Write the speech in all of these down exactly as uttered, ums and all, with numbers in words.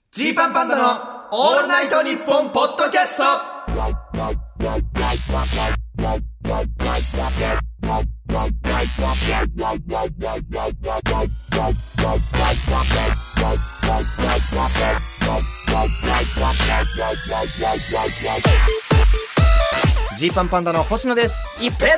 ジーパンパンダのオールナイトニッポンポッドキャスト。ジーパンパンダの星野です。 一平です。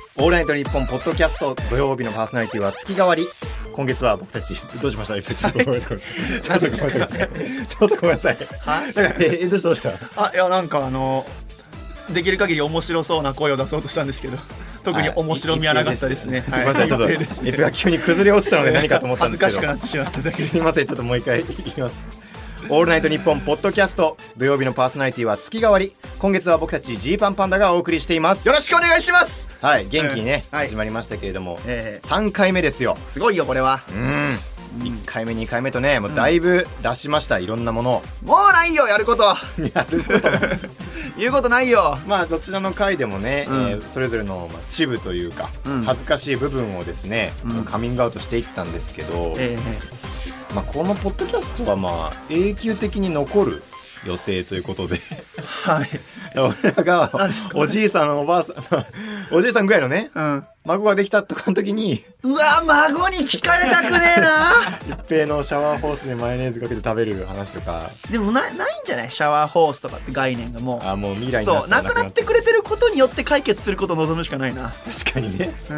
オールナイトニッポンポッドキャスト、土曜日のパーソナリティは月替わり。今月は僕たちどうしました？ちょっとごめんなさい。ちょっとごめんなさい。ちょっとごめんなさい。はい。だからえどうしたどうした？ あいやなんかあのできる限り面白そうな声を出そうとしたんですけど、特に面白みはなかったですね。 ごめんなさい、ちょっとエプが急に崩れ落ちたので何かと思ったんですけど。 恥ずかしくなってしまっただけです。 すみません、ちょっともう一回いきます。オールナイトニッポンポッドキャスト、土曜日のパーソナリティは月替わり。今月は僕たちジーパンパンダがお送りしています。 よろしくお願いします。 はい、元気にね、 えーはい、 始まりましたけれども、 えー、 さんかいめですよ。 すごいよこれは。 うんいっかいめにかいめとね、もうだいぶ出しました、いろんなものを。 もうないよやることやること言うことないよ。 まあどちらの回でもね、 うんえー、それぞれのまあチブというか、 うん、 恥ずかしい部分をですね、うん、カミングアウトしていったんですけど、 えーまあ、このポッドキャストはまあ永久的に残る予定ということではい俺らがおじいさんおばあさんおじいさんぐらいのね、うん、孫ができたとかの時に、 うわ孫に聞かれたくねえな一平のシャワーホースでマヨネーズかけて食べる話とか。 でも な, ないんじゃないシャワーホースとかって概念がもうあもう未来になってそうなくなってくれてることによって解決することを望むしかないな。 確かにね、 うん、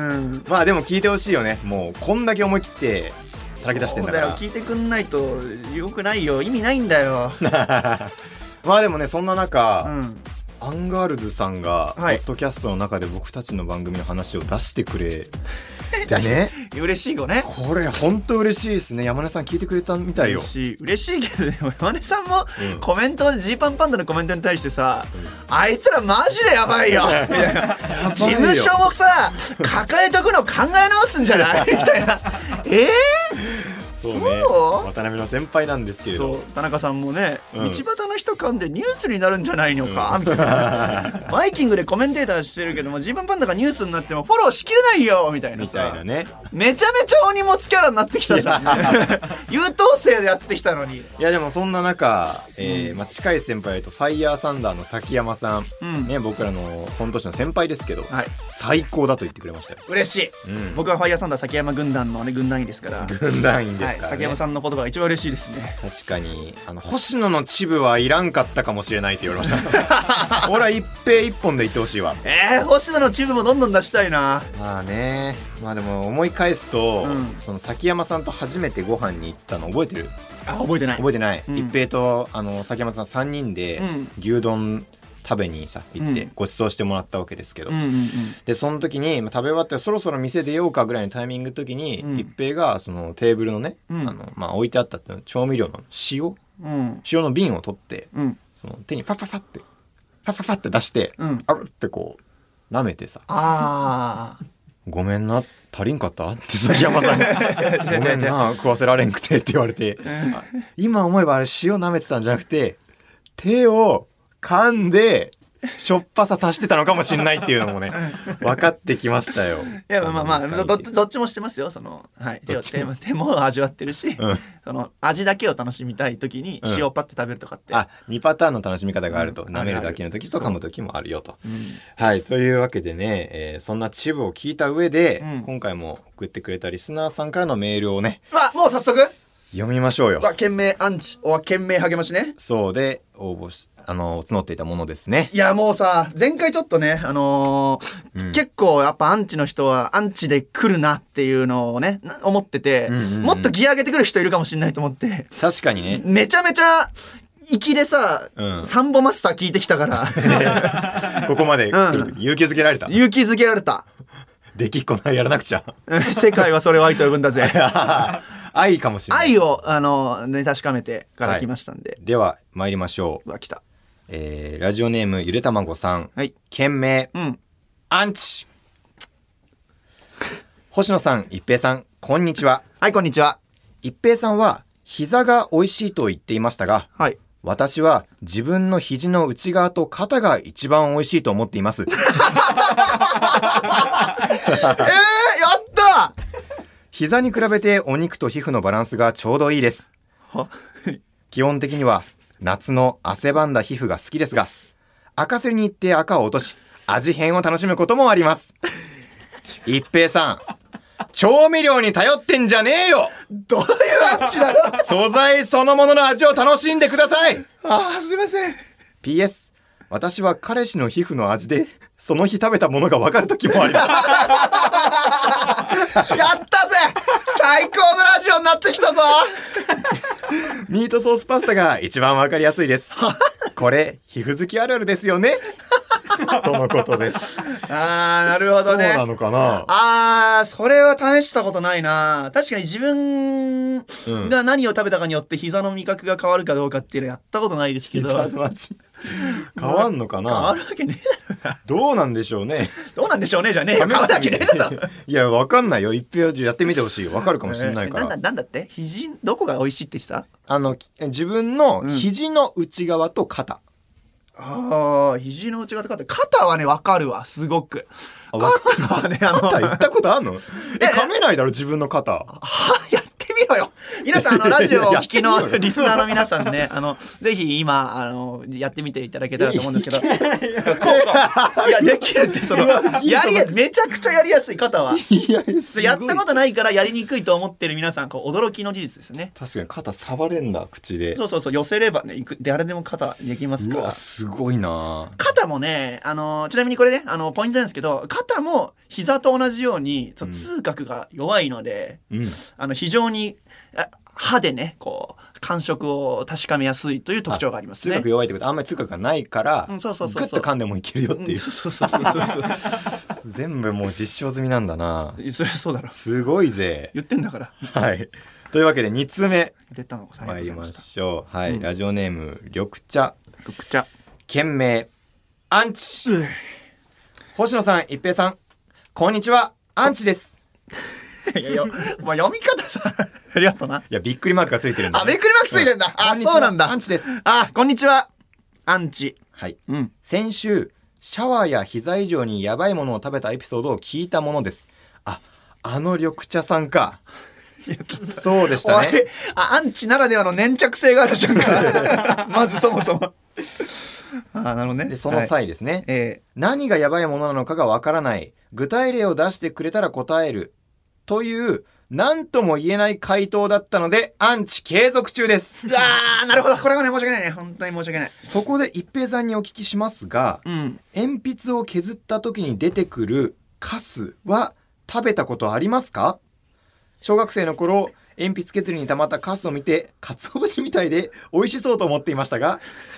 まあでも聞いてほしいよね。もうこんだけ思い切ってさらけ出してんだから。 そうだよ、聞いてくんないとよくないよ、意味ないんだよまあでもね、そんな中、 うん、 アンガールズさんがポはいッドキャストの中で僕たちの番組の話を出してくれてね嬉しいよね。 これ本当嬉しいですね。山根さん聞いてくれたみたいよ。 嬉しい嬉しいけどね、山根さんもコメントでジーパンパンダのコメントに対してさ、うん、あいつらマジでやばいよ事務所もさ抱えとくの考え直すんじゃないみたいなえーそうね、 そう渡辺の先輩なんですけれど、 そう田中さんもね、うん、道端の人噛んでニュースになるんじゃないのか、うん、みたいなバイキングでコメンテーターしてるけどもジーパンパンダがニュースになってもフォローしきれないよみたいなさ、 みたいなね、 めちゃめちゃお荷物キャラになってきたじゃん優等生でやってきたのに。いやでもそんな中、えーうんまあ、近い先輩とファイヤーサンダーの崎山さん、うんね、僕らの本年の先輩ですけど、はい、最高だと言ってくれましたよ。 嬉しい、うん、僕はファイヤーサンダー崎山軍団の、ね、軍団員ですから軍団員ですからね、はい、 崎山さんの言葉が一番嬉しいですね。 確かにあの星野のチブはいらんかったかもしれないって言われました俺は一平一本で言ってほしいわ。 えー、星野のチブもどんどん出したいな。 まあね、まあでも思い返すと、うん、その崎山さんと初めてご飯に行ったの覚えてる？ あ覚えてない覚えてない、 うん、 一平とあの崎山さんさんにんで牛丼食べにさ行ってご馳走してもらったわけですけど、うんうんうん、でその時に食べ終わってそろそろ店出ようかぐらいのタイミングの時に、うん、一平がそのテーブルのね、うん、あのまあ、置いてあった調味料の塩、うん、塩の瓶を取って、うん、その手にファファファってファファファって出して、うん、あるってこう舐めてさ、 あごめんな足りんかったって崎山さんにごめんな食わせられんくてって言われて今思えばあれ塩舐めてたんじゃなくて手を噛んでしょっぱさ足してたのかもしれないっていうのもね分かってきましたよ。 いやまあまあ ど, どっちもしてますよ。その、はい、手を手も手も味わってるし、うん、その味だけを楽しみたい時に塩パッて食べるとかって、うん、 あにパターンの楽しみ方があると、うん、舐めるだけの時と噛む時もあるよと、うん、はいというわけでね、えー、そんなチブを聞いた上で、うん、今回も送ってくれたリスナーさんからのメールをね、 あもう早速読みましょうよ。 懸命アンチお懸命励ましね。 そうで応募しあの募っていたものですね。 いやもうさ前回ちょっとねあのーうん、結構やっぱアンチの人はアンチで来るなっていうのをね思ってて、うんうんうん、もっとギア上げてくる人いるかもしれないと思って。 確かにねめちゃめちゃ粋でさ、うん、サンボマスター聞いてきたからここまで来る時、うん、勇気づけられた勇気づけられたできっこないやらなくちゃ世界はそれを愛と呼ぶんだぜ愛かもしれない。 愛をあの、ね、確かめてから来ましたんで、 はい、では参りましょう。 うわ来た、 えー、ラジオネームゆでたまごさん、はい、件名、うん、アンチ星野さん一平さんこんにちは。 はいこんにちは。 一平さんは膝が美味しいと言っていましたが、はい、私は自分の肘の内側と肩が一番美味しいと思っていますえー、やった膝に比べてお肉と皮膚のバランスがちょうどいいです。は基本的には夏の汗ばんだ皮膚が好きですが、赤セリに行って赤を落とし味変を楽しむこともあります。一平さん、調味料に頼ってんじゃねえよ。 どういうアンチなの？ 素材そのものの味を楽しんでください。 あーすいません。 ピーエス 私は彼氏の皮膚の味でその日食べたものが分かる時もあります。 やったぜ、最高のラジオになってきたぞ。 ミートソースパスタが一番分かりやすいです。これ皮膚好きあるあるですよね。とのことです。 あーなるほどね。 そうなのかな。 あーそれは試したことないな。確かに自分が何を食べたかによって膝の味覚が変わるかどうかっていうのはやったことないですけど、 膝の味変わんのかな。 変わるわけねえだろ。 どうなんでしょうね。 どうなんでしょうねじゃねえよ。変わるわけねえだろ。 いや分かんないよ。一平やってみてほしいよ。分かるかもしれないから。 えー、なんだなんだって肘どこが美味しいって言ってた？ あの自分の肘の内側と肩、 うん、ああ肘の内側と肩。肩はね分かるわすごく。肩はねあの肩言ったことあんの？え噛めないだろ自分の肩。 はやってみろよ。皆さんあのラジオをお聞きのリスナーの皆さんね、あのぜひ今あのやってみていただけたらと思うんですけど、いやできるってそのやりやすい、めちゃくちゃやりやすい肩は。いややったことないからやりにくいと思ってる皆さんこう驚きの事実ですね。 確かに肩触れんだ口で。 そうそうそう寄せればねいく誰でも肩できますから。 うわすごいな。肩もねあのちなみにこれねあのポイントなんですけど、肩も膝と同じようにそう痛覚が弱いので、うん、あの非常に歯でねこう感触を確かめやすいという特徴がありますね。 痛覚弱いってことはあんまり痛覚がないから、うん、そうそうそうそうグッと噛んでもいけるよっていう。そうそうそうそうそう全部もう実証済みなんだな。 そりゃそうだろ。 すごいぜ。 言ってんだから。 はい。というわけでにつめ出たのか参りましょう。はい、うん、ラジオネーム緑茶。 緑茶。 件名アンチ。星野さん、一平さん、こんにちは。アンチです。 いやいや、まあ、読み方さありがとうな。 いやびっくりマークがついてるんだ、ね、 あびっくりマークついてるんだ、うん、あそうなんだ。 アンチです。 あこんにちはアンチ。 はい、うん、先週シャワーや膝以上にヤバいものを食べたエピソードを聞いたものです。ああの緑茶さんか。いやちょっとそうでしたね。 あアンチならではの粘着性があるじゃんかまずそもそもあなるほどね。 でその際ですね、はいえー、何がヤバいものなのかがわからない、具体例を出してくれたら答えるという何とも言えない回答だったのでアンチ継続中です。 うわーなるほど、これはね申し訳ないね、本当に申し訳ない。 そこで一平さんにお聞きしますが、うん、鉛筆を削った時に出てくるカスは食べたことありますか？小学生の頃鉛筆削りに溜まったカスを見て鰹節みたいで美味しそうと思っていましたが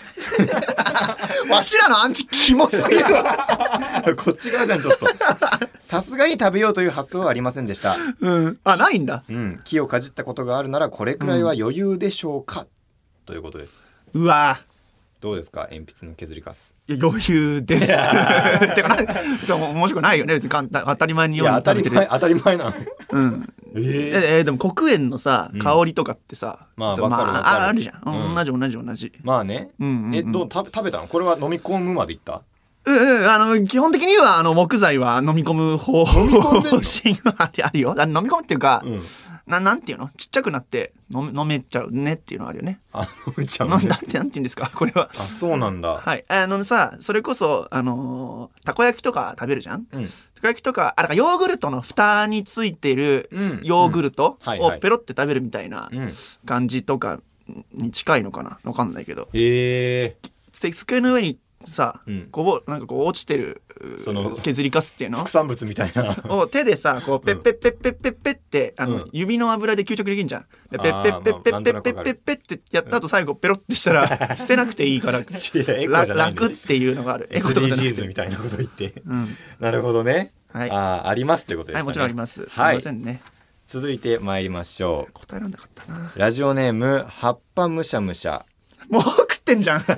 わしらのアンチキモすぎるわこっち側じゃんちょっとさすがに食べようという発想はありませんでした、 うん、あないんだ、 うん、木をかじったことがあるならこれくらいは余裕でしょうか、うん、ということです。 うわどうですか鉛筆の削りカス。 いや余裕ですてかそう面白くないよね別に当たり前にように食べてる。いや当たり前当たり前なのうんえー、えー、でも黒煙のさ香りとかってさ、うん、まあ分かる分かる、まあ、あるじゃん、うん、同じ同じ同じ。 まあね、うんうんうん、えどう食べ食べたのこれは飲み込むまでいった？ うんうん、あの基本的にはあの木材は飲み込む方針はあるよ。あの飲み込むっていうか、うん、ななんていうのちっちゃくなって飲め、飲めちゃうねっていうのはあるよね。 あ飲めちゃうね。 なんてなんていうんですかこれは。 あそうなんだ。 はいあのさそれこそあのー、たこ焼きとか食べるじゃん。うん、たこ焼きとかあだからヨーグルトの蓋についてるヨーグルトをペロって食べるみたいな感じとかに近いのかなわかんないけど。 へえ。 机の上にさ、うん、こぼなんかこう落ちてるその削りカスっていうの副産物みたいなを手でさこうペッペッペッペッペッペッってあの、うん、指の油で吸着できるんじゃん。でペッペッペッペッペッペッペッペッってやった後最後ペロってしたら捨てなくていいから楽っていうのがある。 エコとかじゃなくて エスディージーズ みたいなこと言って、うん、なるほどね、はい、あありますということですね。 はいもちろんあります、はい、すいませんね。 続いて参りましょう。 答えらんなかったな。 ラジオネーム葉っぱむしゃむしゃ。 もう食ってんじゃん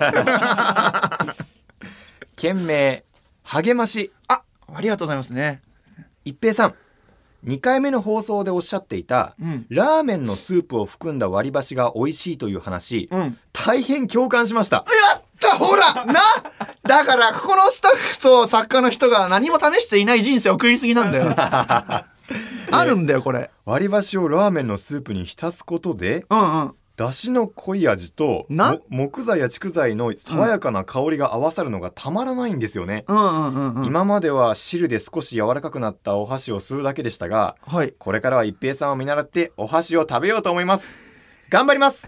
件名励まし。 あありがとうございますね。 一平さんにかいめの放送でおっしゃっていた、うん、ラーメンのスープを含んだ割り箸が美味しいという話、うん、大変共感しました。 やったほらなだからここのスタッフと作家の人が何も試していない人生を送りすぎなんだよあるんだよこれ。 割り箸をラーメンのスープに浸すことで、 うんうんだしの濃い味とな木材や竹材の爽やかな香りが合わさるのがたまらないんですよね、 うんうんうんうん、 今までは汁で少し柔らかくなったお箸を吸うだけでしたが、はい、これからは一平さんを見習ってお箸を食べようと思います。頑張ります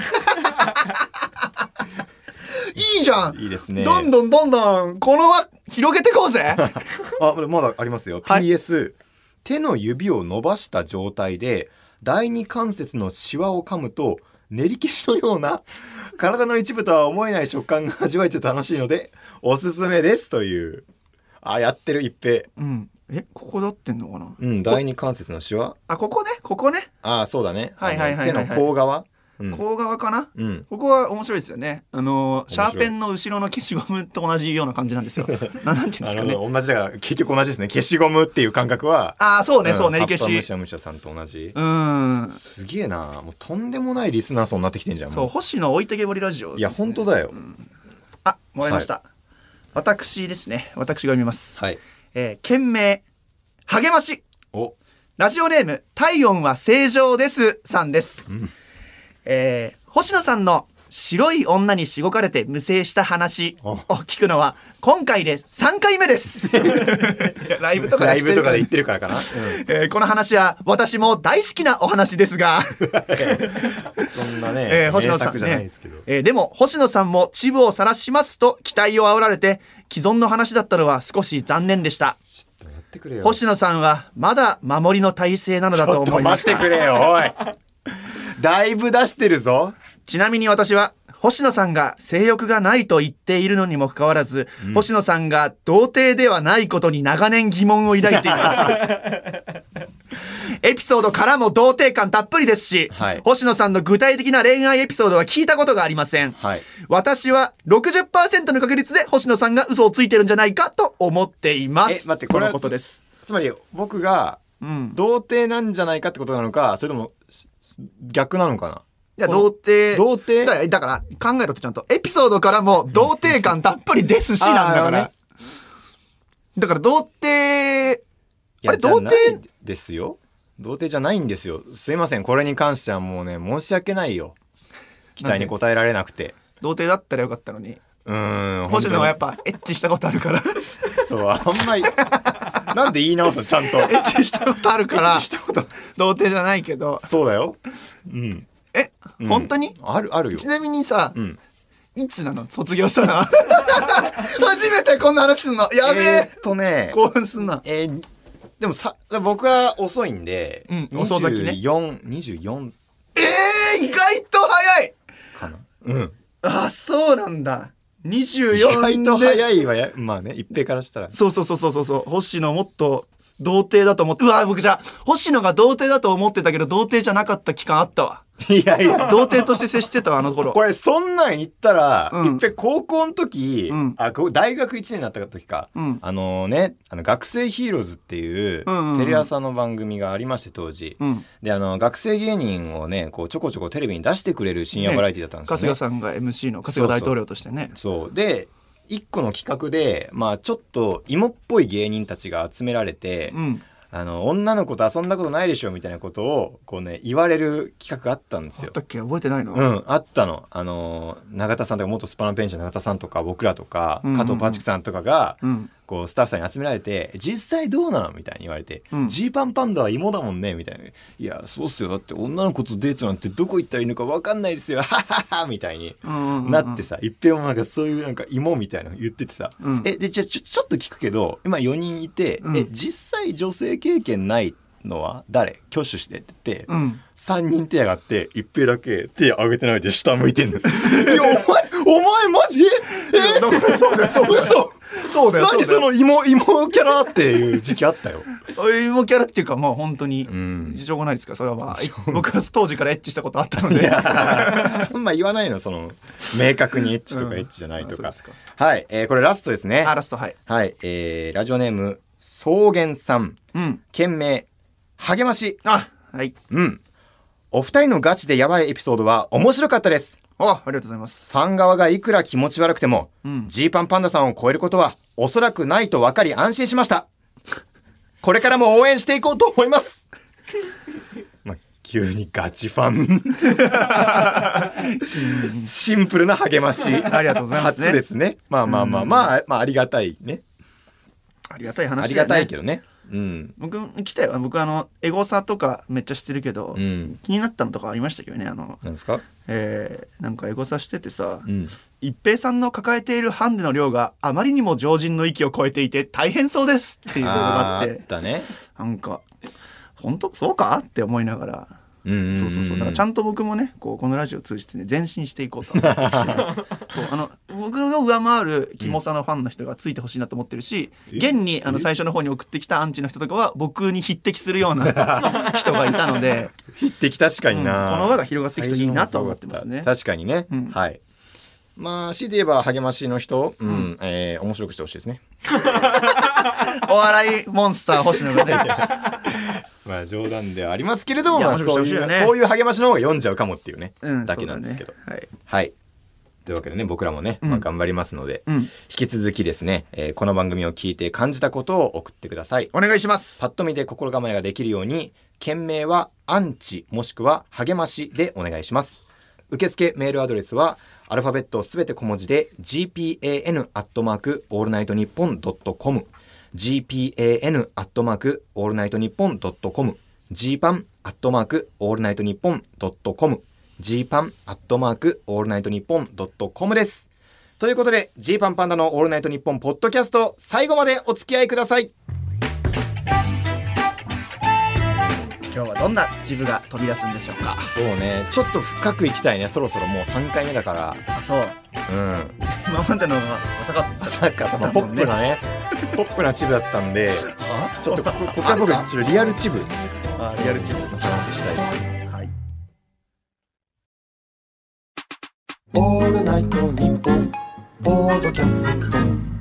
いいじゃん。 いいですね。 どんどんどんどんこの輪広げてこうぜあ、まだありますよ、はい、ピーエス 手の指を伸ばした状態で第二関節のシワを噛むと練り消しのような体の一部とは思えない食感が味わえて楽しいのでおすすめですという。あ、やってる一平、 うん、えここだってんのかな。 うん、第二関節のシワ、 あここねここね、 あそうだね、 はいはいはいはい、はい、 手の甲側、 うん、甲側かな、 うん、 ここは面白いですよね。あのシャーペンの後ろの消しゴムと同じような感じなんですよななんていうんですかね、 同じだから結局同じですね。消しゴムっていう感覚はあそうね、うん、そう練り消し、 葉っぱむしゃむしゃさんと同じ。 うんすげえな、もうとんでもないリスナー層になってきてんじゃん。 そう星野置いてけぼりラジオ、ね、 いや本当だよ、うん、 あもらいました、はい、私ですね、私が読みます。 はい、 えー、件名励まし、 おラジオネーム体温は正常ですさんです、うん、えー、星野さんの白い女にしごかれて無精した話を聞くのは今回でさんかいめですライブとかでライブとかで言ってるからかな、うん、 えー、この話は私も大好きなお話ですがそんなね、 えー、星野さんね、えー、でも星野さんも恥部を晒しますと期待を煽られて既存の話だったのは少し残念でした。星野さんはまだ守りの体制なのだと思いました。 ちょっと待ってくれよおいだいぶ出してるぞ。 ちなみに私は星野さんが性欲がないと言っているのにもかかわらず、うん、星野さんが童貞ではないことに長年疑問を抱いていますエピソードからも童貞感たっぷりですし、はい、星野さんの具体的な恋愛エピソードは聞いたことがありません、はい、私は ろくじゅっパーセント の確率で星野さんが嘘をついてるんじゃないかと思っています。 え待ってこれはこのことです。 つまり僕が童貞なんじゃないかってことなのか、それとも逆なのかな。 いや童貞童貞だ, だから考えろって、ちゃんとエピソードからも童貞感たっぷりですしなんだから、ね、だから童貞あれ童貞ですよ。童貞じゃないんですよ。すいません、これに関してはもうね申し訳ないよ、期待に応えられなくて。 童貞だったらよかったのに。 うーん星野はやっぱエッチしたことあるからそうあんまりなんで言い直すのちゃんとエッチしたことあるからエッチしたこと童貞じゃないけど。 そうだよ、うんえ、うん、本当にあるあるよ。 ちなみにさ、うん、いつなの卒業したの初めてこんな話すんのやべえ。 えー、っとね興奮すんな。 えー、でもさ僕は遅いんで、 うん、遅咲きね。 にじゅうよん、にじゅうよんえー、意外と早いかな。うんあそうなんだ。にじゅうよんで意外と早いわや。まあね一平からしたらそうそうそうそうそう星野もっと童貞だと思って、うわ僕じゃ星野が童貞だと思ってたけど童貞じゃなかった期間あったわ。 いやいや童貞として接してたわあの頃。 これそんなん言ったら、うん、一平高校の時、うん、あ大学いちねんになった時か、うん、あのねあの学生ヒーローズっていう、うんうんうん、テレ朝の番組がありまして当時、うん、であの学生芸人をねこうちょこちょこテレビに出してくれる深夜バラエティだったんですよね。 春日さんが エムシー の春日大統領としてね。 そうそうそうで一個の企画で、まあ、ちょっと芋っぽい芸人たちが集められて、うん、あの女の子と遊んだことないでしょみたいなことをこう、ね、言われる企画があったんですよ。 あったっけ覚えてないの。 うんあったの。あの永田さんとか元スパナペンチの永田さんとか僕らとか、うんうんうん、加藤パチクさんとかが、うん、こうスタッフさんに集められて実際どうなのみたいに言われて、うん、ジーパンパンダは芋だもんねみたいな。いやそうっすよだって女の子とデートなんてどこ行ったらいいのか分かんないですよはははみたいになってさ、うんうんうん、一平もなんかそういうなんか芋みたいなの言っててさ、うん、えでじゃあちょ、ちょっと聞くけど今よにんいて、うん、え実際女性経験ないのは誰挙手してって言って、うん、さんにん手上がって一平だけ手上げてないで下向いてんのいやお前お前マジえだからそうだよそうだよ嘘そうだよ何その芋芋キャラっていう時期あったよ芋キャラっていうかまあ本当にしょうがないですかそれは。まあ僕は当時からエッチしたことあったのでまあ言わないのその明確にエッチとかエッチじゃないとか、うん、はい、えー、これラストですね。 あラストはい、 はいえー、ラジオネーム草原さん、うん、件名励まし。 あはいうんお二人のガチでやばいエピソードは面白かったです。 あありがとうございます。 ファン側がいくら気持ち悪くてもジー、うん、パンパンダさんを超えることはおそらくないと分かり安心しましたこれからも応援していこうと思いますまあ基急にガチファンシンプルな励ましありがとうございますね。 初ですね。まあまあまあまあ、まあ、ありがたいね。 ありがたい話だよね。 ありがたいけどね。うん、 僕来たよ。僕あのエゴサとかめっちゃしてるけど、 うん、 気になったのとかありましたけどね。あのなんですか、 えー、なんかエゴサしててさ、 うん、 一平さんの抱えているハンデの量があまりにも常人の域を超えていて大変そうですっていうのがあって、 あったね。 なんか本当そうかって思いながら、 うんうんうんうん、 そうそうそう、だからちゃんと僕もねこうこのラジオを通じてね前進していこうと思ってそうあの僕の上回るキモさのファンの人がついてほしいなと思ってるし、うん、現にあの最初の方に送ってきたアンチの人とかは僕に匹敵するような人がいたので匹敵確かにな、 うん、この輪が広がっていくといいなと思ってますね。 確かにね、うん、はい。まあ強いて言えば励ましの人、うん、うん、えー、面白くしてほしいですねお笑いモンスター星野がねまあ冗談ではありますけれども、まあ、そういう、 ね、 そういう励ましの方が読んじゃうかもっていうね、うん、だけなんですけど、 ね、はい、 はい、というわけでね僕らもね、 うんまあ、頑張りますので、 うん、 引き続きですね、えー、この番組を聞いて感じたことを送ってください。 お願いします。 パッと見で心構えができるように件名はアンチもしくは励ましでお願いします。受付メールアドレスはアルファベットすべて小文字で ジーピーエーエヌ アットマークオールナイトニッポンドットコム ジーピーエーエヌ アットマークオールナイトニッポンドットコム ジーパンアットマークオールナイトニッポンドットコム ジーパンアットマークオールナイトニッポンドットコムです。ということでジーパンパンダのオールナイトニッポンポッドキャスト最後までお付き合いください。 今日はどんなジブが飛び出すんでしょうか。 そうね、ちょっと深くいきたいね。そろそろもうさんかいめだから。 あ、そう、 うん、 今までのが浅かった浅かった、まあ、ポップなねポップなチブだったんでちょっとここから僕ちょっとリアルチブあリアルチブの話したいです。 はい。 オールナイトニッポンポッドキャスト。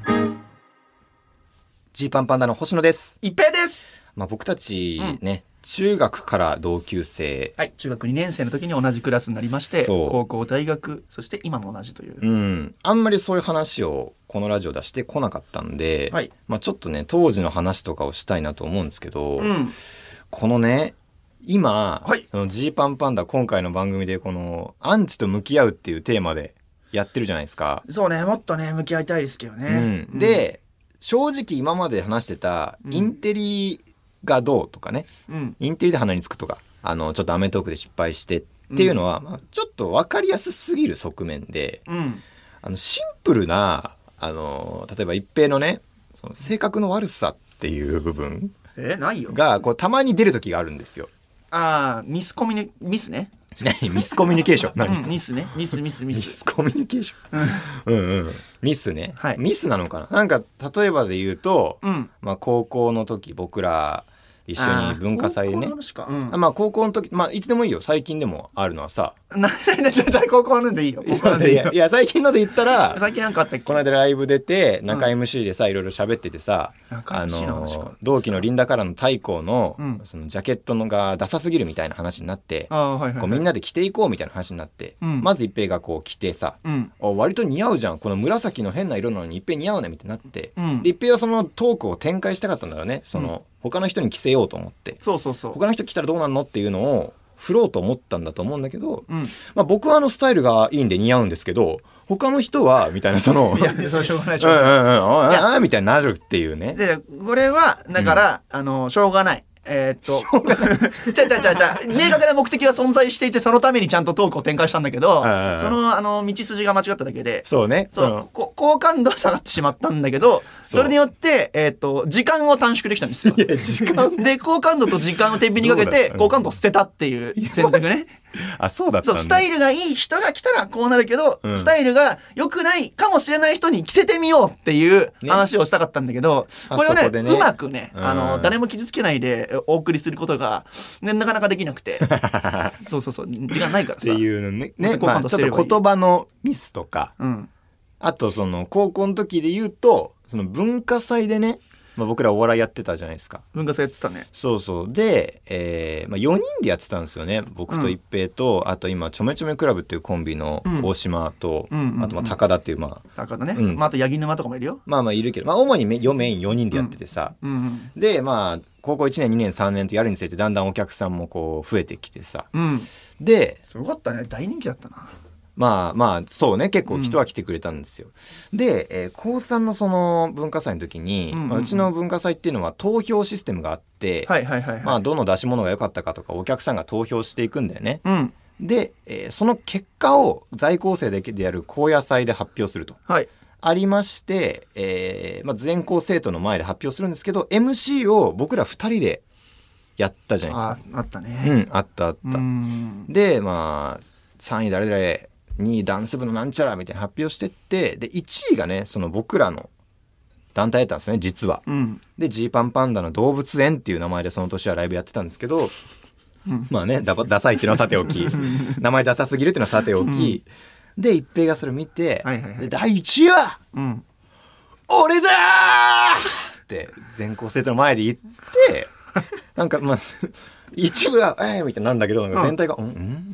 ジーパンパンダの星野です。 一平です。 まあ僕たちね、うん、中学から同級生、 はい、中学にねん生の時に同じクラスになりまして、高校大学そして今も同じという、 うん、あんまりそういう話をこのラジオ出してこなかったんで、 はい、 まあ、ちょっとね当時の話とかをしたいなと思うんですけど、 うん、 このね今、 はい、 このジーパンパンダ今回の番組でこのアンチと向き合うっていうテーマでやってるじゃないですか。 そうね、もっとね向き合いたいですけどね、 うん、で、うん、正直今まで話してたインテリがどうとかね、 うん、 インテリで鼻につくとかあのちょっとアメトークで失敗してっていうのは、うん、まあ、ちょっと分かりやすすぎる側面で、 うん、 あのシンプルなあの例えば一平のねその性格の悪さっていう部分えないよがこうたまに出る時があるんですよ。 ああ、ミスコミュニミスね。 何ミスコミュニケーション何、 うん、ミスねミスミスミスミスコミュニケーションうんうんミスね、 はい、 ミスなのかな。なんか例えばで言うと、 うん、 まあ、高校の時僕ら一緒に文化祭でね、 高校の話か、うん、 まあ高校の時、まあいつでもいいよ、最近でもあるのはさ、 ななちょちょ高校のでいいよ。高校のでいいよ。 いや最近ので言ったら最近なんかあったっけ。 この間ライブ出て中 エムシー でさ、うん、いろいろ喋っててさ、 あの同期のリンダからの太閤の、 うん、 そのジャケットのがダサすぎるみたいな話になって、 あ、はいはいはい、 こうみんなで着ていこうみたいな話になって、 うん、 まず一平がこう着てさ、 うん、 割と似合うじゃんこの紫の変な色なのに一平似合うねみたいになって、 うん、 で一平はそのトークを展開したかったんだよね。その、うん、他の人に着せようと思って、 そうそうそう、 他の人着たらどうなんのっていうのを振ろうと思ったんだと思うんだけど、 うん、 まあ、僕はあのスタイルがいいんで似合うんですけど他の人はみたいなそのいやそれしょうがないしょうがないうんうんうんああみたいになるっていうね。 でこれはだから、うん、あのしょうがないえー、っとちゃちゃちゃちゃ明確な目的は存在していてそのためにちゃんとトークを展開したんだけど、そのあの道筋が間違っただけで、 そうね、 そうこ好感度は下がってしまったんだけど、それによって、えー、っと時間を短縮できたんですよ。 いや時間で好感度と時間を天秤にかけて好感度を捨てたっていう選択ね。 あ、そうだったんだ。 そう、スタイルがいい人が来たらこうなるけど、うん、スタイルが良くないかもしれない人に着せてみようっていう話をしたかったんだけど、ね、これを ね, ねうまくね、あの誰も傷つけないでお送りすることが、ね、なかなかできなくてそうそうそう時間ないからさっていうのね、ね、まあ、ちょっと言葉のミスとか、 うん、 あとその高校の時で言うとその文化祭でね、まあ、僕らお笑いやってたじゃないですか。 文化祭やってたね。 そうそうで、えーまあ、よにんでやってたんですよね。僕と一平と、うん、あと今ちょめちょめクラブっていうコンビの大島と、うん、あとまあ高田っていうまあ高田ね、うん、まあ、あと八木沼とかもいるよ。 まあまあいるけど、まあ、主によメインよにんでやっててさ、 うんうんうん、 でまあ高校いちねんにねんさんねんとやるにつれてだんだんお客さんもこう増えてきてさ、 うん、 ですごかったね、大人気だったな。 まあまあそうね、結構人は来てくれたんですよ、うん、で、えー、高さんのその文化祭の時に、うんうんうんまあ、うちの文化祭っていうのは投票システムがあって、はいはいはいはい、まあ、どの出し物が良かったかとかお客さんが投票していくんだよね、うん、で、えー、その結果を在校生だけでやる高野祭で発表すると、はい、ありまして、えーまあ、全校生徒の前で発表するんですけど エムシー を僕らふたりでやったじゃないですか。 あ, あったね、 うん、あったあったで、まあさんい誰々にいダンス部のなんちゃらみたいな発表してって、でいちいがねその僕らの団体だったんですね実は、うん、でジーパンパンダの動物園っていう名前でその年はライブやってたんですけど、うん、まあね ダ, ダサいっていうのはさておき名前ダサすぎるっていうのはさておき、うん、で一平がそれ見て、はいはいはい、でだいいちいは、うん、俺だーって全校生徒の前で言ってなんかまあ一部はえーみたいなんだけどなんか全体が、うん、うん、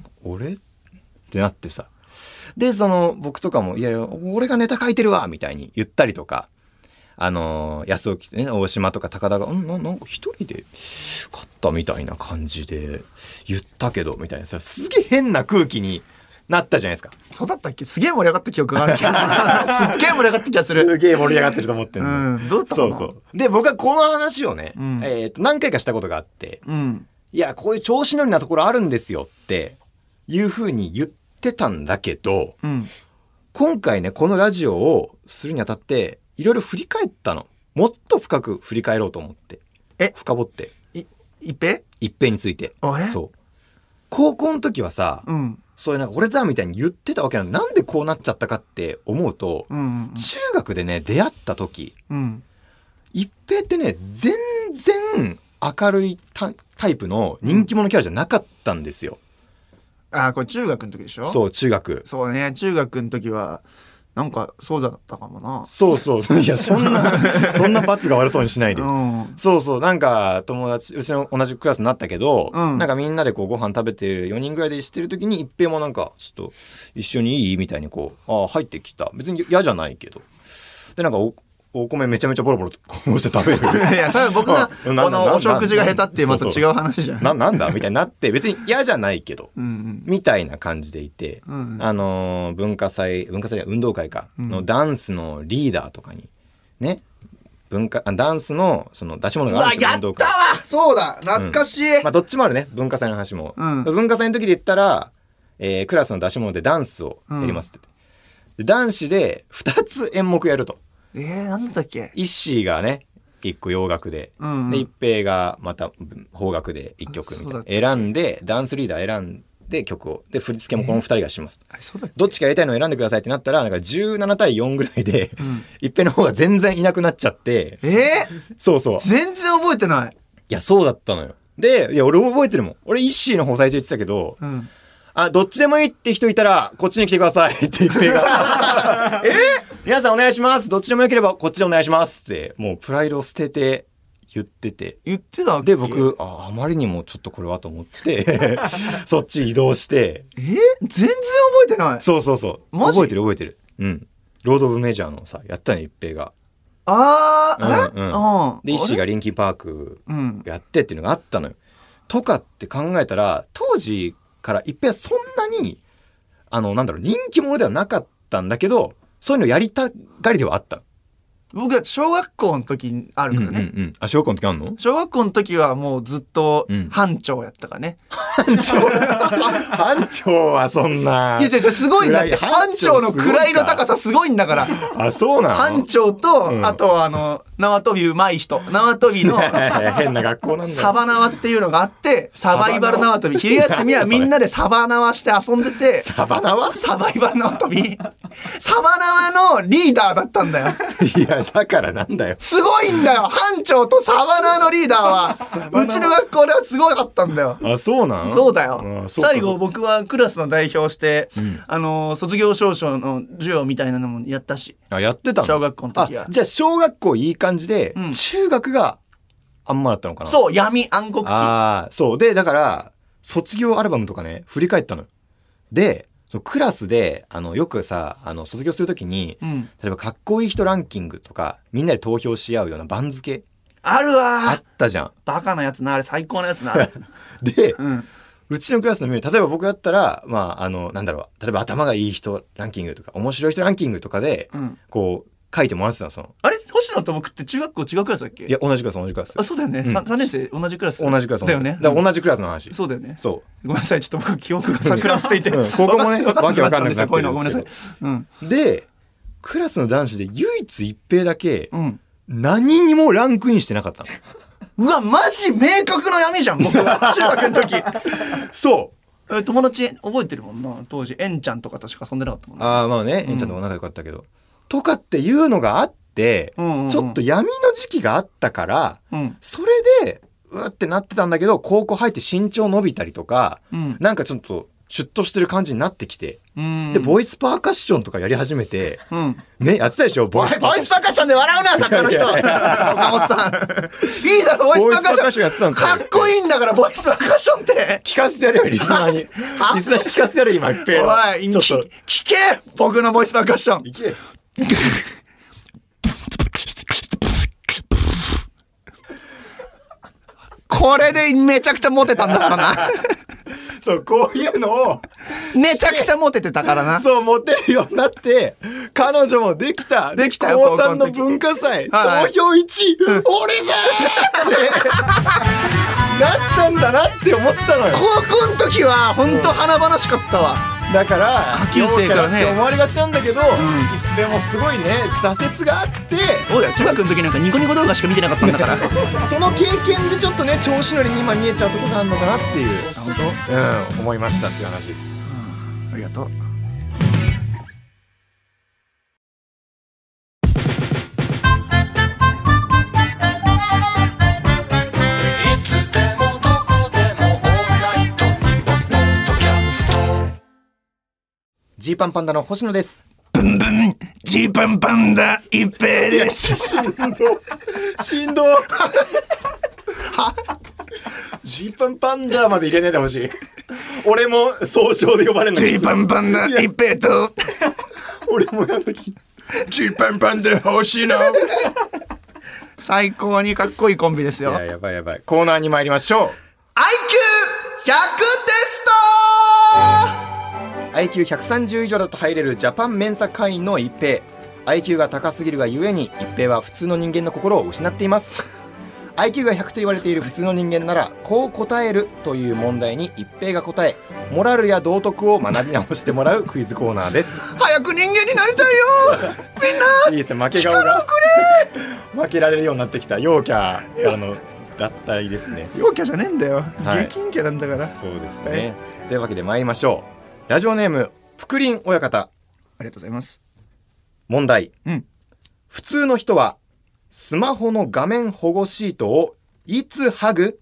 俺ってなってさ、でその僕とかもいやいや俺がネタ書いてるわみたいに言ったりとか、あのー、安沖ね大島とか高田がうんななんか一人で勝ったみたいな感じで言ったけどみたいなさ、すげえ変な空気になったじゃないですか。 そうだったっけ。すげえ盛り上がった記憶があるけどすっげえ盛り上がった気がする。 すげえ盛り上がってると思ってんの、 うん、どうだったかな。 そうそうで僕はこの話をね、うん、えー、と何回かしたことがあって、うん、いやこういう調子乗りなところあるんですよっていう風に言ってたんだけど、うん、今回ねこのラジオをするにあたっていろいろ振り返ったの。もっと深く振り返ろうと思って、え深掘ってい一平一平について。そう高校の時はさ、うん、そういうなんか俺だみたいに言ってたわけなの。なんでこうなっちゃったかって思うと、うんうんうん、中学でね出会った時、うん、一平ってね全然明るいタイプの人気者キャラじゃなかったんですよ。 あ、これ中学の時でしょ。 そう中学。 そうね中学の時はなんかそうだったかもな。 そうそういやそんなそんな罰が悪そうにしないで、うん、そうそうなんか友達うちの同じクラスになったけど、うん、なんかみんなでこうご飯食べてるよにんぐらいでしてる時に一平もなんかちょっと一緒にいいみたいにこうあ入ってきた。別に嫌じゃないけどでなんか お, お米めちゃめちゃボロボロこぼして食べるいやそれ僕がこのお食事が下手ってまた違う話じゃん。 ななんだみたいになって別に嫌じゃないけど、うんうん、みたいな感じでいて、うんうん、あのー、文化祭文化祭運動会かのダンスのリーダーとかにね文化ダンスのその出し物があるんですよ。 運動会やったわ。そうだ懐かしい、 うん、まあどっちもあるね文化祭の話も、うん、文化祭の時で言ったら、えー、クラスの出し物でダンスをやりますって、うん、で男子でふたつ演目やると。 えー、なんだっけ。 一シーがねいっこ洋楽で、うんうん、で一平がまた邦楽でいっきょくみたいな選んでダンスリーダー選んで曲をで振り付けもこのふたりがします、えー、どっちかやりたいのを選んでくださいってなったらなんかじゅうななたいよんぐらいで、うん、一平の方が全然いなくなっちゃって。 えー、 そうそう全然覚えてない。 いやそうだったのよ。でいや俺も覚えてるもん。俺一シーの方最初言ってたけど、うんあ、どっちでもいいって人いたらこっちに来てくださいって言ってえ皆さんお願いします。どっちでもよければこっちでお願いしますってもうプライドを捨てて言ってて言ってたっけ。 で僕 あ, あまりにもちょっとこれはと思ってそっち移動してえ全然覚えてない。 そうそうそう覚えてる覚えてる。うんロード・オブ・メジャーのさやったね一平が。 あー、 うんうん、で石がリンキンパークやってっていうのがあったのよ、うん、とかって考えたら当時から一平はそんなにあのなんだろう人気者ではなかったんだけどそういうのやりたがりではあった。 僕は小学校の時あるからね、 うんうんうん、あ小学校の時あんの。 小学校の時はもうずっと班長やったからね、 うん、班長班長はそんないや違う違うすごいんだって班長の位の高さすごいんだから。 あそうなの。 班長と、うん、あとはあの縄跳び上手い人縄跳びの変な学校なんだサバ縄っていうのがあってサバイバル縄跳び昼休みはみんなでサバ縄して遊んでてサバ縄サバイバル縄跳びサバ縄のリーダーだったんだよ。 いやだからなんだよすごいんだよ班長とサバ縄のリーダーはうちの学校ではすごかったんだよ。 あそうなんそうだよ。最後僕はクラスの代表して、うん、あの卒業証書の授与みたいなのもやったし。 あやってたの小学校の時は。 じゃあ小学校いい感じで、うん、中学があんまだったのかな。 そう闇暗黒期。 ああそうでだから卒業アルバムとかね振り返ったのよ。でそうクラスであのよくさあの卒業するときに、うん、例えばかっこいい人ランキングとかみんなで投票し合うような番付あるわあったじゃん。 バカなやつな、あれ最高なやつな。 で、 うん、 うちのクラスのみんな、例えば僕だったら、まあ、あの、なんだろう、例えば頭がいい人ランキングとか、面白い人ランキングとかで、うん、こう、書いてもらってたの、その。 あれ星野と僕って中学校違うクラスだっけ？ いや、同じクラス、同じクラス。 あ、そうだよね。うん、さんねん生、同じクラス。 同じクラス。 だよね。 だから同じクラスの話。 そうだよね。 そう。 ごめんなさい、ちょっと僕、記憶が錯乱していて。 うん、ここもね、わけわかんなくなってるんですけど。 ごめんなさい。うん。 で、クラスの男子で唯一一平だけ、うん、何にもランクインしてなかったの。 うわ、マジ明確な闇じゃん、僕は。中学の時。 そう。 友達覚えてるもんな、当時。エンちゃんとか確か遊んでなかったもんね。 ああ、まあね、エンちゃんとも仲良かったけど。うん、とかっていうのがあって、うんうんうん、ちょっと闇の時期があったから、うん、それで、うわってなってたんだけど、高校入って身長伸びたりとか、うん、なんかちょっと、シュッとしてる感じになってきて、でボイスパーカッションとかやり始めて、うん、ねやってたでしょ。 ボイスパーカッションで笑うな作家の人。岡本さんいいだろボイスパーカッションやってたんかっこいいんだからボイスパーカッションって聞かせてやるよリスナーにリスナーに聞かせてやる今一平は。 おいちょっと聞け僕のボイスパーカッション。 いけこれでめちゃくちゃモテたんだからな。 そうこういうのをめちゃくちゃモテてたからな。 そうモテるようになって彼女もできた。 できたよ。 高さんの文化祭、はい、投票いちい、うん、俺だーってなったんだなって思ったのよ。 高校の時は本当華々しかったわ。 だから下級生からねって思われがちなんだけど、うん、でもすごいね挫折があって。 そうだよ中学の時なんかニコニコ動画しか見てなかったんだからその経験でちょっとね調子乗りに今見えちゃうとこがあるのかなっていう。 本当、 うん、思いましたっていう話です、 うん、ありがとう。 ジーパンパンダの星野です。 ブンブンジーパンパンダ一平です。 振動振動ジーパンパンダまで入れないでほしい。俺も総称で呼ばれるの。 ジーパンパンダ一平と俺もやんなきゃ。 ジーパンパンダ星野。最高にかっこいいコンビですよ。 いややばいやばい。コーナーに参りましょう。 アイキューひゃく テスト。 アイキューひゃくさんじゅう 以上だと入れるジャパンメンサ会員の一平。 アイキュー が高すぎるがゆえに一平は普通の人間の心を失っています。アイキュー がひゃくと言われている普通の人間ならこう答えるという問題に一平が答え、モラルや道徳を学び直してもらうクイズコーナーです。 早く人間になりたいよみんな。 いいですね負け顔が。 力をくれ。 負けられるようになってきた陽キャからの脱退ですね。 陽キャじゃねえんだよ、 はい、 激陰キャなんだから。 そうですね、はい、というわけで参りましょう。ラジオネームぷくりん親方。ありがとうございます。 問題、 うん、 普通の人はスマホの画面保護シートをいつ剥ぐ？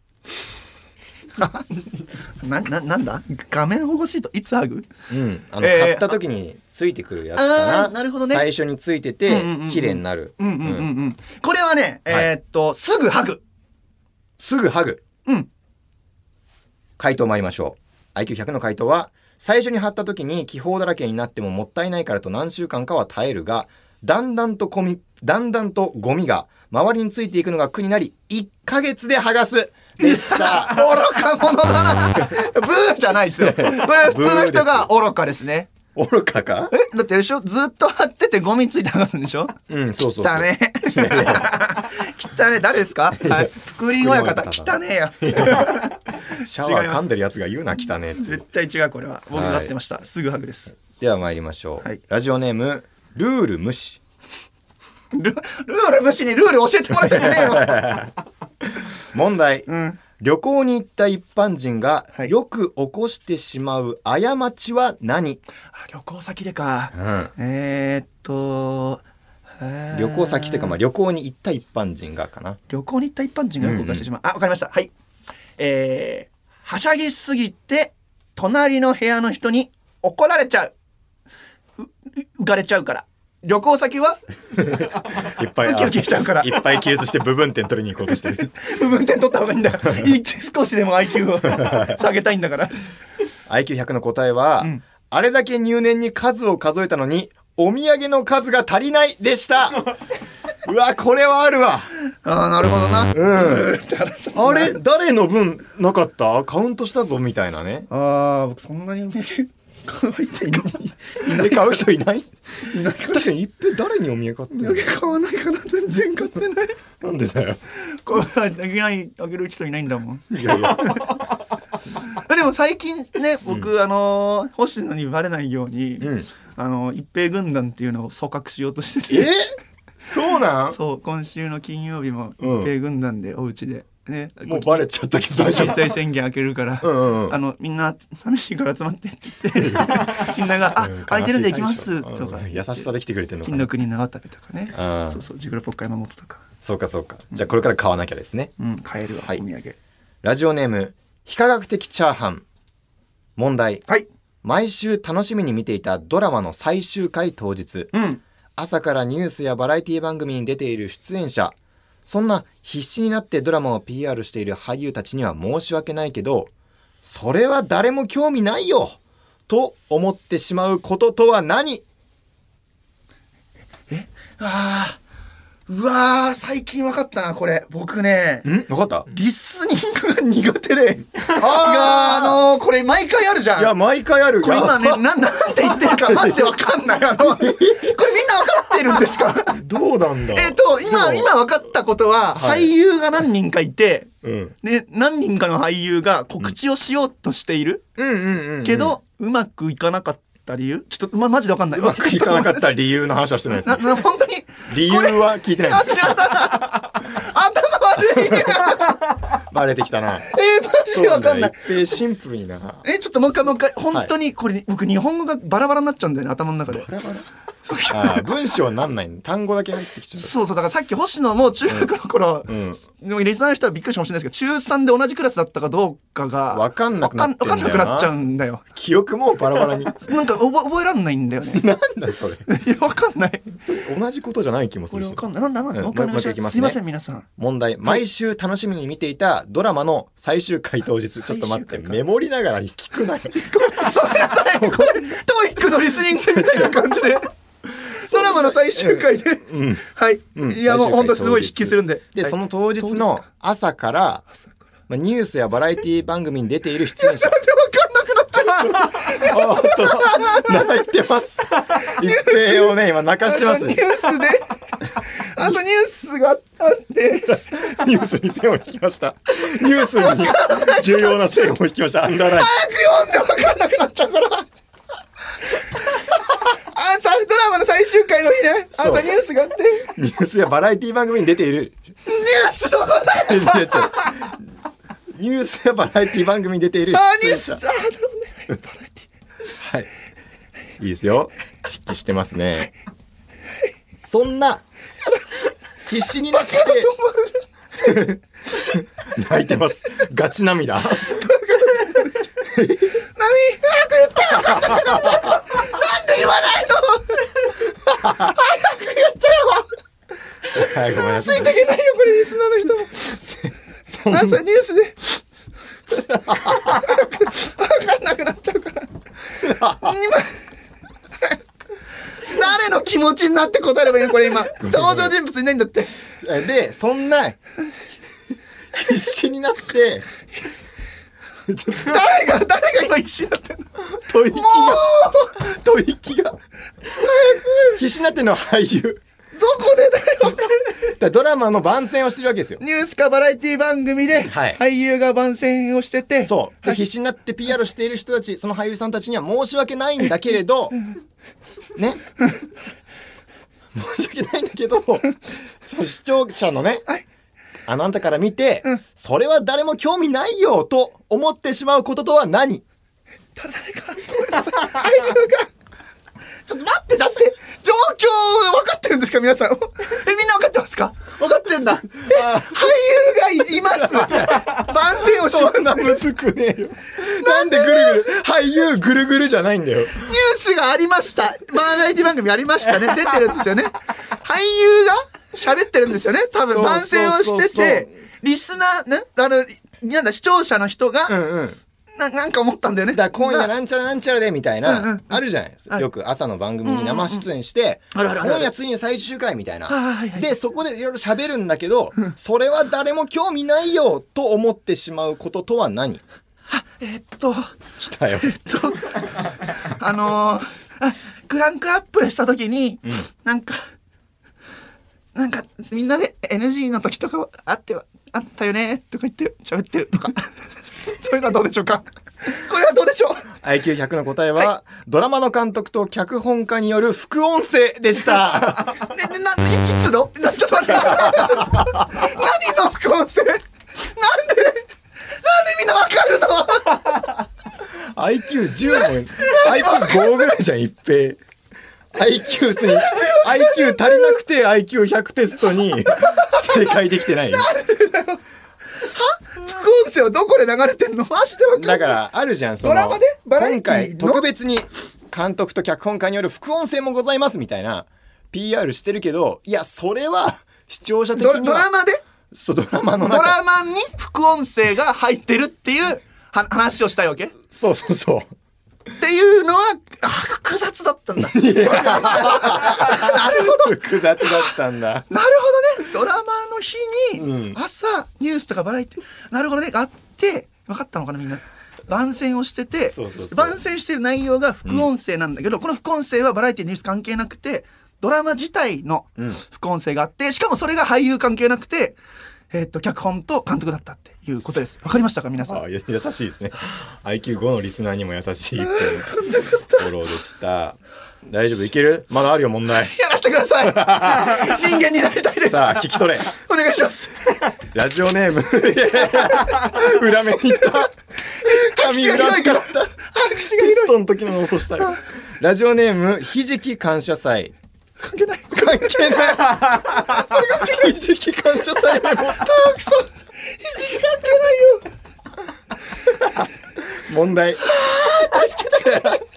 な、な、なんだ画面保護シートいつ剥ぐ？ うん、あの、えー、買った時についてくるやつかな。 なるほどね。 最初についてて綺麗になる。 これはね、えー、っと、はい、すぐ剥ぐ。 すぐ剥ぐ。 うん。 回答参りましょう。アイキューひゃく の回答は、最初に貼った時に気泡だらけになってももったいないからと何週間かは耐えるが、だんだんとゴミ、だんだんとゴミが周りについていくのが苦になり、いっかげつで剥がすでした。 愚か者だな。ブーじゃないですよ。これは普通の人が愚かですね。 愚かか？ えだってでしょずっと貼っててゴミついて剥がすんでしょ。 うんそうそうそう。 汚ね汚ね誰ですか？はい。ふくりん親方汚ねえや。 シャワー噛んでるやつが言うな汚ねえって。 絶対違うこれは。僕がってました、はい、すぐハグです。 では参りましょう、 はい、 ラジオネームルール無視。 ル, ルール無視にルール教えてもらってもねえよ。 問題、 うん、 旅行に行った一般人がよく起こしてしまう過ちは何？ あ旅行先でか、 うん、 えー、っと旅行先っていうか、まあ、旅行に行った一般人がかな。 旅行に行った一般人がよく起こしてしまう、うんうん、あわかりました。はい、えー、はしゃぎすぎて隣の部屋の人に怒られちゃう。う浮かれちゃうから。旅行先はいっぱいウキウキしちゃうからいっぱい気絶して部分点取りに行こうとしてる。 部分点取った方がいいんだ。少しでも アイキュー を下げたいんだから。 アイキューひゃく の答えは、うん、あれだけ入念に数を数えたのにお土産の数が足りないでした。 うわこれはあるわ。 ああなるほどな。うんあれ誰の分なかったカウントしたぞみたいなね。 ああ僕そんなにお土産買う人いないいない買う人いないいない確かに一平誰にお土産買ってるお土産買わないから全然買ってないなんでだよ。 これあげないあげる人いないんだもん。 いやいやでも最近ね僕、うん、あのー、星野にバレないように、うん、あの一平軍団っていうのを組閣しようとしてて。 えそうなんそう今週の金曜日も一平軍団でお家で、ね、 もうバレちゃったけど大丈夫。 緊急事態宣言開けるからうん、うん、あのみんな寂しいから集まってって言ってみんなが「あ、うん、空いてるんで行きます」とか、うん、 優しさで来てくれてるのかな。 金の国長旅とかね。そうそうジグロポッカ山本とか。 そうかそうか。じゃあこれから買わなきゃですね。 うん買えるわ、はい、お土産。 ラジオネーム非科学的チャーハン。問題、 はい、 毎週楽しみに見ていたドラマの最終回当日、うん、朝からニュースやバラエティ番組に出ている出演者、そんな必死になってドラマを ピーアール している俳優たちには申し訳ないけど、それは誰も興味ないよと思ってしまうこととは何？ えあーうわー最近分かったなこれ。僕ねん分かった？ リスニングが苦手であ, あのー、これ毎回あるじゃん。 いや毎回ある。 これ今ね な, なんて言ってるかマジで分かんない。あのこれみんな分かってるんですか？ どうなんだ。 えっと今今分かったことは、はい、俳優が何人かいて、うんね、何人かの俳優が告知をしようとしている、うんうん、けどうまくいかなかった理由ちょっと、ま、マジで分かんない。 うまくいかなかった理由の話はしてないです、ね、 なな本当に理由は聞いてないです。 頭悪いバレてきたな。 えー、マジで分かんない。 一平シンプルにな。 えちょっともう一回もう一回本当にこれ、はい、僕日本語がバラバラになっちゃうんだよね頭の中で。バラバラあ文章になんないの。単語だけ入ってきちゃう。 そうそうだからさっき星野も中学の頃、うんうん、リスナーの人はびっくりかもしれないですけど中さんで同じクラスだったかどうかが分かんなくなっ分かんなくなっちゃうんだよ。 記憶もバラバラになんか覚, 覚えらんないんだよね。 なんだそれ。いや分かんない。 同じことじゃない気もするし。 これ分かんない。なんだなんだ、 うん、 もう一回お願いします。すいません皆さん。 問題、毎週楽しみに見ていたドラマの最終回当日。ちょっと待ってメモりながら聞くなよ。ごめんなさい。これトイックのリスニングみたいな感じでドラマの最終回で、うん、はい、うん、いやもう本当すごい筆記するんで。 で、はい、その当日の朝からまあ、ニュースやバラエティ番組に出ている出演者。 なんで分かんなくなっちゃう。 おっと泣いてます。一平をね今泣かしてます。 ニュースで朝ニュースがあってニュースに線を引きました。ニュースに重要な線を引きました。アンダーライン。 早く読んで分かんなくなっちゃうから。朝ドラマの最終回の日ね、朝ニュースがあってニュースやバラエティ番組に出ているニュースどこだよ。 ニュースやバラエティ番組に出ているあニュースあなるほどねバラエティはいいいですよ。筆記してますね。そんな必死になって泣いてます。ガチ涙。何早く言ってよ。なんで言わないの。早く言ってよ。 はいごめんなさい。 ついていけないよこれリスナーの人も。朝ニュースで分かんなくなっちゃうから。今誰の気持ちになって答えればいいのこれ今。登場人物いないんだって。 でそんな必死になってちょっと誰が誰が今必死になってんの。 吐息が吐息が必死になってんのは俳優。 どこでだよ。 だドラマの番宣をしてるわけですよ。 ニュースかバラエティ番組で俳優が番宣をしてて、 そうで、はい、必死になって ピーアール している人たち、その俳優さんたちには申し訳ないんだけれどね申し訳ないんだけどその視聴者のね、はい、あなたから見て、うん、それは誰も興味ないよと思ってしまうこととは何。 誰かごめんなさい。俳優がちょっと待って、だって状況分かってるんですか皆さん。えみんな分かってますか。分かってんだ。え俳優がいます。番宣をします。 そんなむずくねえよ。なんでぐるぐる俳優ぐるぐるじゃないんだよ。ニュースがありました。バラエティ番組ありましたね。出てるんですよね。俳優が喋ってるんですよね。多分番宣をしててリスナーねあのなんだ視聴者の人が、うんうん、 な, なんか思ったんだよね。 だから今夜なんちゃらなんちゃらでみたいな、うんうん、あるじゃないですか。よく朝の番組に生出演して、うんうんうん、今夜ついに最終回みたいな。はいはい、でそこでいろいろ喋るんだけど、それは誰も興味ないよと思ってしまうこととは何？ あえー、っと来たよ。 えっとあのー、あクランクアップした時に、うん、なんかなんかみんなで エヌジー の時とかあってはあったよねとか言って喋ってるとかそういうのはどうでしょうか。これはどうでしょう。 アイキューひゃく の答えは、はい、ドラマの監督と脚本家による副音声でしたね、な、いつのなちょっと待って何の副音声なんでなんでみんなわかるのアイキューじゅう も アイキューご ぐらいじゃん一平。アイキュー に アイキュー 足りなくて アイキューひゃく テストに正解できてない。 は副音声はどこで流れてんのマジでわかんない。 だからあるじゃんそのドラマでバラエティ今回特別に監督と脚本家による副音声もございますみたいな ピーアール してるけど、いやそれは視聴者的にはド, ドラマでそうドラマの中ドラマに副音声が入ってるっていう話をしたいわけ。 そうそうそうっていうのはあ複雑だったんだなるほど複雑だったんだ。 なるほどね。ドラマの日に朝ニュースとかバラエティなるほどねあって分かったのかなみんな番宣をしててそうそうそう番宣してる内容が副音声なんだけど、うん、この副音声はバラエティニュース関係なくてドラマ自体の副音声があってしかもそれが俳優関係なくてえー、っと脚本と監督だったっていうことです。わかりましたか皆さん。 あ優しいですね。アイキューご のリスナーにも優しいフォローでした。大丈夫いける？まだあるよ問題。 やらせてください。人間になりたいです。 さあ聞き取れ。 お願いします。 ラジオネーム裏目にいった髪裏目にいった。 テストの時の落としたよ。ラジオネームひじき感謝祭。 関係ない関係ないひじき感謝祭メモたくさんひじき関係ないよ問題。 助けてくれ難しい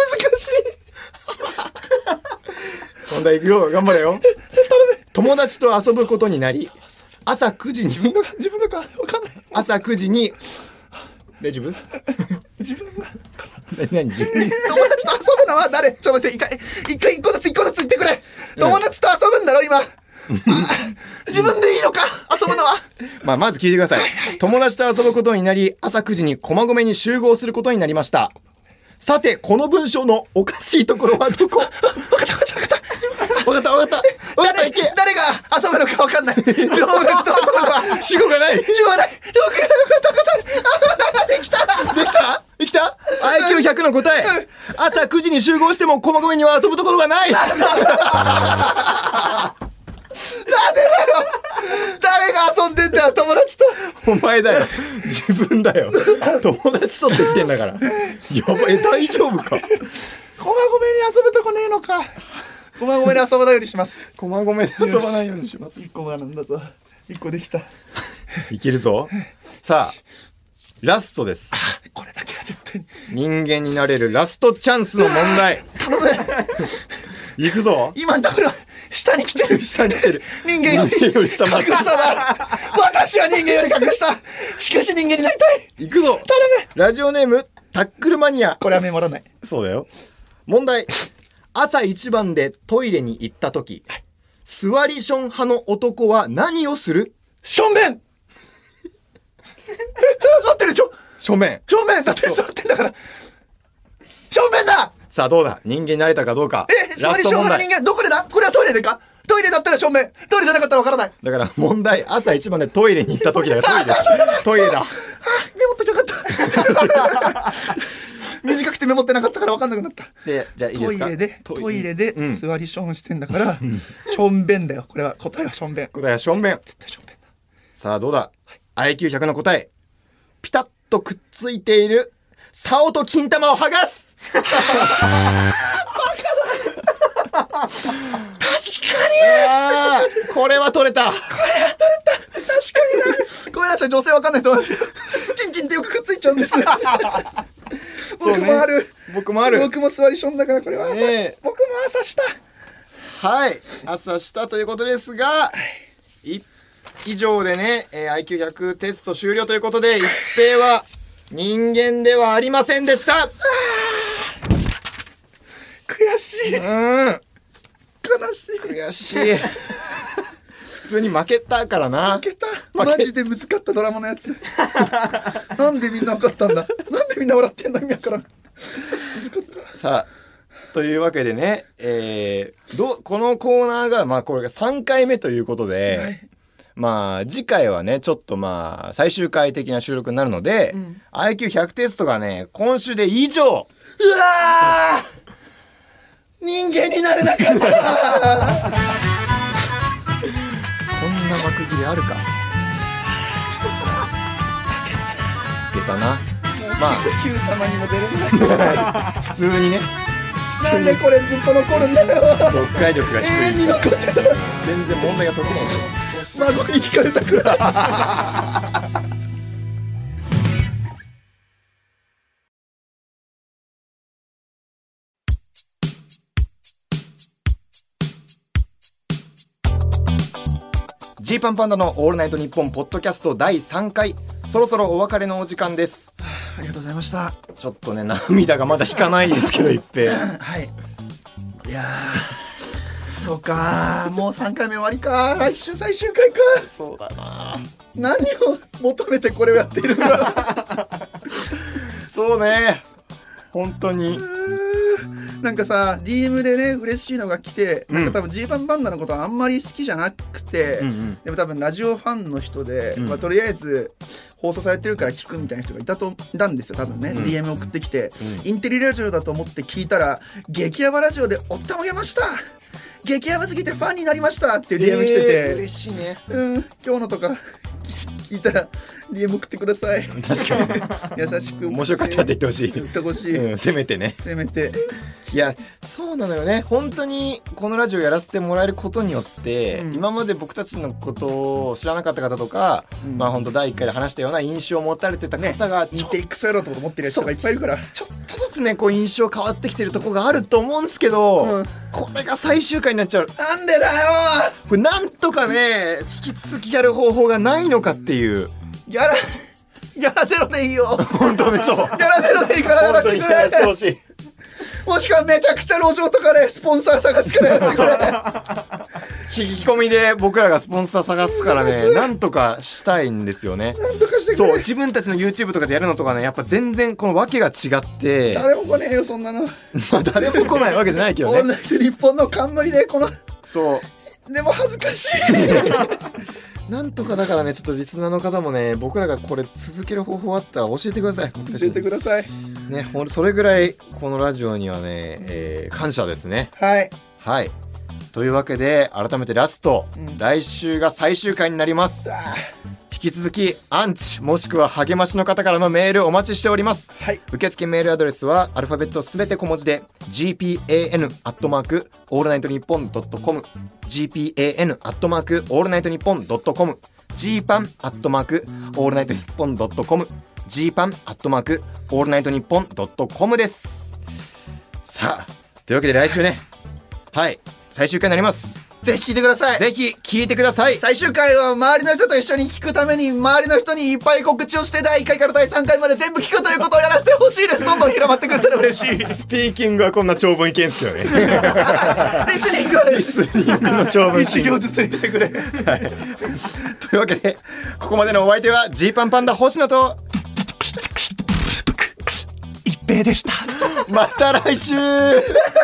問題いくよ頑張れよ。友達と遊ぶことになり朝くじに自分の自分のか分かんない朝くじに大丈夫自分が何何自分友達と遊ぶのは誰ちょっと待って一回一回一個ずつ一個ずつ言ってくれ。友達と遊ぶんだろ今自分でいいのか遊ぶのはまあまず聞いてください。友達と遊ぶことになり朝くじに駒込に集合することになりました。さてこの文章のおかしいところはどこ？ 分かった分かった分かった分かった分かった分かったいけ誰が遊ぶのか分かんない友達と遊ぶのは主語がない主語がないよかった分かったできたできたできた アイキューひゃく の答え朝くじに集合しても駒込には遊ぶところがないなんでだよ誰が遊んでんだよ友達と。 お前だよ自分だよ友達とって言ってんだからやばい大丈夫か。 駒込に遊ぶとこねえのか。駒込に遊ばないようにします。 駒込で遊ばないようにします。 一個がなんだぞ一個できたいけるぞ。さあラストです。 あこれだけは絶対に人間になれるラストチャンスの問題頼むいくぞ。 今のところ下に来てる下に来てる人間より人間より下回って格下だ私は人間より格下しかし人間になりたい。 いくぞ頼む。ラジオネームタックルマニア。 これはメモらない。 そうだよ。問題。朝一番でトイレに行った時座りション派の男は何をする？ しょんべん合ってるでしょ。 正面正面だって座ってんだから正面だ。 さあどうだ人間になれたかどうか。 え座りション派の人間どこでだ。これはトイレでか。トイレだったら正面トイレじゃなかったらわからない。 だから問題朝一番でトイレに行った時だよ。トイレトイレだ。 メモっときゃよかった短くてメモってなかったから分かんなくなった。 でじゃあいいですか。 トイレでトイレで座りションしてんだから、うん、しょんべんだよ。これは答えはしょんべん。 答えはしょんべん。 絶対しょんべんだ。さあどうだ、はい、アイキューひゃく の答えピタッとくっついている竿と金玉を剥がすバカだ確かにこれは取れた。これは取れた確かにな。ごめんなさい女性わかんないと思うんですけどチンチンってよくくっついちゃうんです僕もある、ね、 僕もある僕も座りションだからこれは朝、ね、僕も朝したはい朝したということですがい以上でね、えー、アイキューひゃく テスト終了ということで一平は人間ではありませんでした。 悔しい。うん。悲しい。 悔しい。普通に負けたからな。 負けた。マジで難かったドラマのやつ。なんでみんな分かったんだ。なんでみんな笑ってんだ意味わからん。難かった。 さあというわけでね、えー、どこのコーナーがまあこれがさんかいめということで、はい、まあ次回はねちょっとまあ最終回的な収録になるので、うん、アイキューひゃく テストがね今週で以上。うわー人間になれなかった。こんな幕切れあるか。出たな。まあ Q 様にも出るんだ普通にね。 なんでこれずっと残るんだよ。 読解力が低い。 永遠に残ってた。全然問題が解けないよ。 孫に聞かれたくらい。 ジーパンパンダのオールナイトニッポンポッドキャストだいさんかい、そろそろお別れのお時間です。 ありがとうございました。 ちょっとね涙がまだ引かないですけど一平。 はい。いやそうかもうさんかいめ終わりか。来週最終回か。 そうだな。 何を求めてこれをやっているんだ。 そうね本当に。 なんかさ ディーエム でね嬉しいのが来て、なんか多分 G パンパンダのことはあんまり好きじゃなくて、うんうん、でも多分ラジオファンの人で、うん、まあ、とりあえず放送されてるから聞くみたいな人がいたといたんですよ多分ね、うん、ディーエム 送ってきて、うん、インテリラジオだと思って聞いたら激ヤバラジオでおったまげました、激ヤバすぎてファンになりましたっていう ディーエム 来てて、 えー、嬉しいね。 うん、今日のとか聞いたら ディーエム 送ってください。 確かに優しく面白かったって言ってほしい。 言ってほしい、 うん、せめてねせめて。 いやそうなのよね。本当にこのラジオやらせてもらえることによって、うん、今まで僕たちのことを知らなかった方とか、うん、まあ本当だいいっかいで話したような印象を持たれてた方が、ね、 インテリクソやろうと思ってる人がいっぱいいるから、 ちょっとずつねこう印象変わってきてるところがあると思うんですけど、うん、これが最終回になっちゃう。 なんでだよ。 これなんとかね引き続きやる方法がないのかっていう。 ギャラギャラゼロでいいよ。 本当にそう。ギャラゼロでいいからやらせてくれ。 本当にやらせてほしい。 もしくはめちゃくちゃ路上とかでスポンサー探すからやってくれ。 聞き込みで僕らがスポンサー探すからね、なんとかしたいんですよね。 なんとかしてくれ。 そう自分たちの YouTube とかでやるのとかね、やっぱ全然この訳が違って。 誰も来ねえよそんなの。 まあ誰も来ないわけじゃないけどね。 オールナイト日本の冠でこの。 そう。でも恥ずかしい。 なんとかだからね、ちょっとリスナーの方もね、僕らがこれ続ける方法あったら教えてください。 教えてください。 ね、それぐらいこのラジオにはね、えー、感謝ですね。 はい。 はい。というわけで改めてラスト、うん、来週が最終回になります。引き続きアンチもしくは励ましの方からのメールお待ちしております、はい、受付メールアドレスはアルファベットすべて小文字で ジーピーエーエヌ アットマークオールナイトニッポンドットコム ジーピーエーエヌ アットマークオールナイトニッポンドットコム ジーパン アットマークオールナイトニッポンドットコム ジーパン アットマークオールナイトニッポンドットコムです。さあというわけで来週ね、はい最終回になります。 ぜひ聞いてください。 ぜひ聞いてください。 最終回は周りの人と一緒に聞くために周りの人にいっぱい告知をしてだいいっかいからだいさんかいまで全部聞くということをやらせてほしいです。どんどん広まってくれたら嬉しい。 スピーキングはこんな長文いけんすけどね。 リスニングはリスニングの長文一行ずつにしてくれ、はい、 というわけでここまでのお相手はジーパンパンダ星野と一平でした。 また来週。